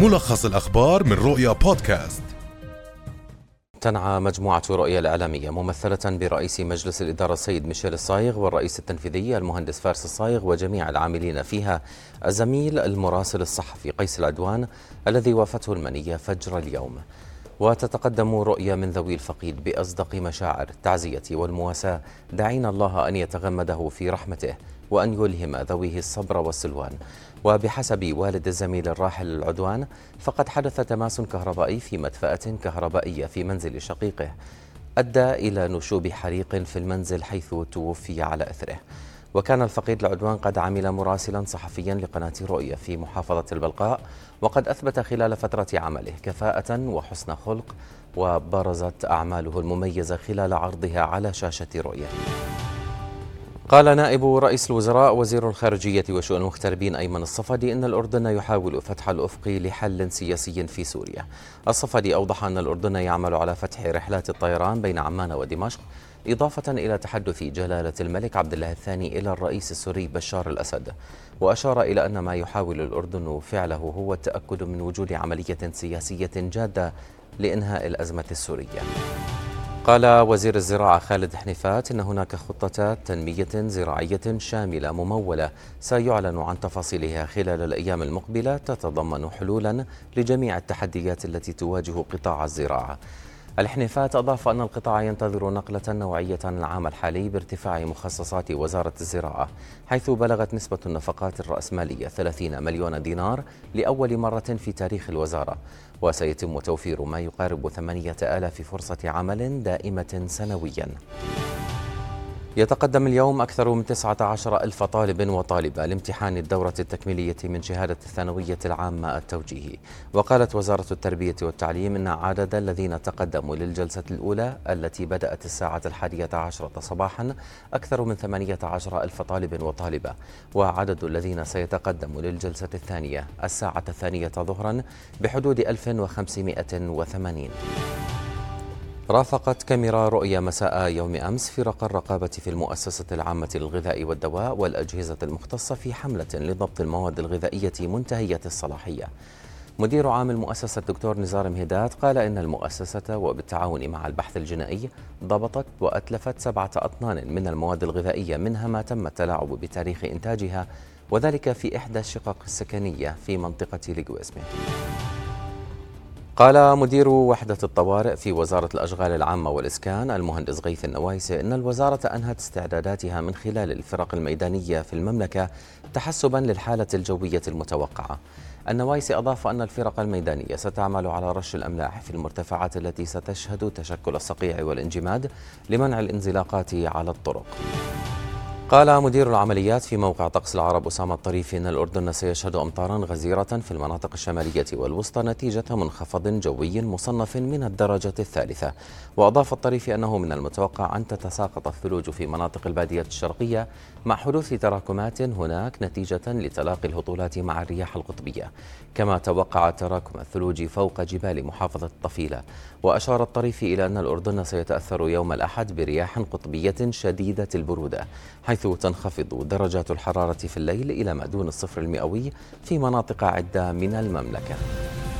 ملخص الأخبار من رؤيا بودكاست. تنعى مجموعة رؤيا الإعلامية ممثلة برئيس مجلس الإدارة السيد ميشيل الصايغ والرئيس التنفيذي المهندس فارس الصايغ وجميع العاملين فيها الزميل المراسل الصحفي قيس العدوان الذي وافته المنية فجر اليوم. وتتقدم رؤيا من ذوي الفقيد بأصدق مشاعر التعزية والمواساة، داعين الله أن يتغمده في رحمته وأن يلهم ذويه الصبر والسلوان. وبحسب والد الزميل الراحل العدوان فقد حدث تماس كهربائي في مدفأة كهربائية في منزل شقيقه أدى إلى نشوب حريق في المنزل حيث توفي على إثره. وكان الفقيد العدوان قد عمل مراسلا صحفيا لقناة رؤيا في محافظة البلقاء، وقد أثبت خلال فترة عمله كفاءة وحسن خلق، وبرزت أعماله المميزة خلال عرضها على شاشة رؤيا. قال نائب رئيس الوزراء وزير الخارجية وشؤون المغتربين أيمن الصفدي إن الأردن يحاول فتح الأفق لحل سياسي في سوريا. الصفدي أوضح أن الأردن يعمل على فتح رحلات الطيران بين عمان ودمشق، إضافة إلى تحدث جلالة الملك عبد الله الثاني إلى الرئيس السوري بشار الأسد. وأشار إلى أن ما يحاول الأردن فعله هو التأكد من وجود عملية سياسية جادة لإنهاء الأزمة السورية. قال وزير الزراعة خالد حنيفات إن هناك خطة تنمية زراعية شاملة ممولة سيعلن عن تفاصيلها خلال الأيام المقبلة، تتضمن حلولا لجميع التحديات التي تواجه قطاع الزراعة. الحنيفات أضاف أن القطاع ينتظر نقلة نوعية العام الحالي بارتفاع مخصصات وزارة الزراعة، حيث بلغت نسبة النفقات الرأسمالية 30 مليون دينار لأول مرة في تاريخ الوزارة، وسيتم توفير ما يقارب 8,000 فرصة عمل دائمة سنويا. يتقدم اليوم أكثر من 19,000 طالب وطالبة لامتحان الدورة التكميلية من شهادة الثانوية العامة التوجيهي. وقالت وزارة التربية والتعليم إن عدد الذين تقدموا للجلسة الأولى التي بدأت الساعة 11 صباحا أكثر من 18,000 طالب وطالبة، وعدد الذين سيتقدموا للجلسة الثانية الساعة 2 ظهرا بحدود 1580. رافقت كاميرا رؤيا مساء يوم أمس فرق الرقابة في المؤسسة العامة للغذاء والدواء والأجهزة المختصة في حملة لضبط المواد الغذائية منتهية الصلاحية. مدير عام المؤسسة الدكتور نزار مهدات قال إن المؤسسة وبالتعاون مع البحث الجنائي ضبطت وأتلفت 7 أطنان من المواد الغذائية، منها ما تم التلاعب بتاريخ إنتاجها، وذلك في إحدى الشقق السكنية في منطقة ليغويزمي. قال مدير وحدة الطوارئ في وزارة الأشغال العامة والإسكان المهندس غيث النوايسي إن الوزارة أنهت استعداداتها من خلال الفرق الميدانية في المملكة تحسبا للحالة الجوية المتوقعة. النوايسي أضاف أن الفرق الميدانية ستعمل على رش الأملاح في المرتفعات التي ستشهد تشكل الصقيع والانجماد لمنع الانزلاقات على الطرق. قال مدير العمليات في موقع طقس العرب أسامة الطريفي إن الأردن سيشهد أمطارا غزيرة في المناطق الشمالية والوسطى نتيجة منخفض جوي مصنف من الدرجة الثالثة. وأضاف الطريفي أنه من المتوقع أن تتساقط الثلوج في مناطق البادية الشرقية مع حدوث تراكمات هناك نتيجة لتلاقي الهطولات مع الرياح القطبية، كما توقع تراكم الثلوج فوق جبال محافظة الطفيلة. وأشار الطريفي إلى أن الأردن سيتأثر يوم الأحد برياح قطبية شديدة البرودة، حيث تنخفض درجات الحرارة في الليل إلى ما دون الصفر المئوي في مناطق عدة من المملكة.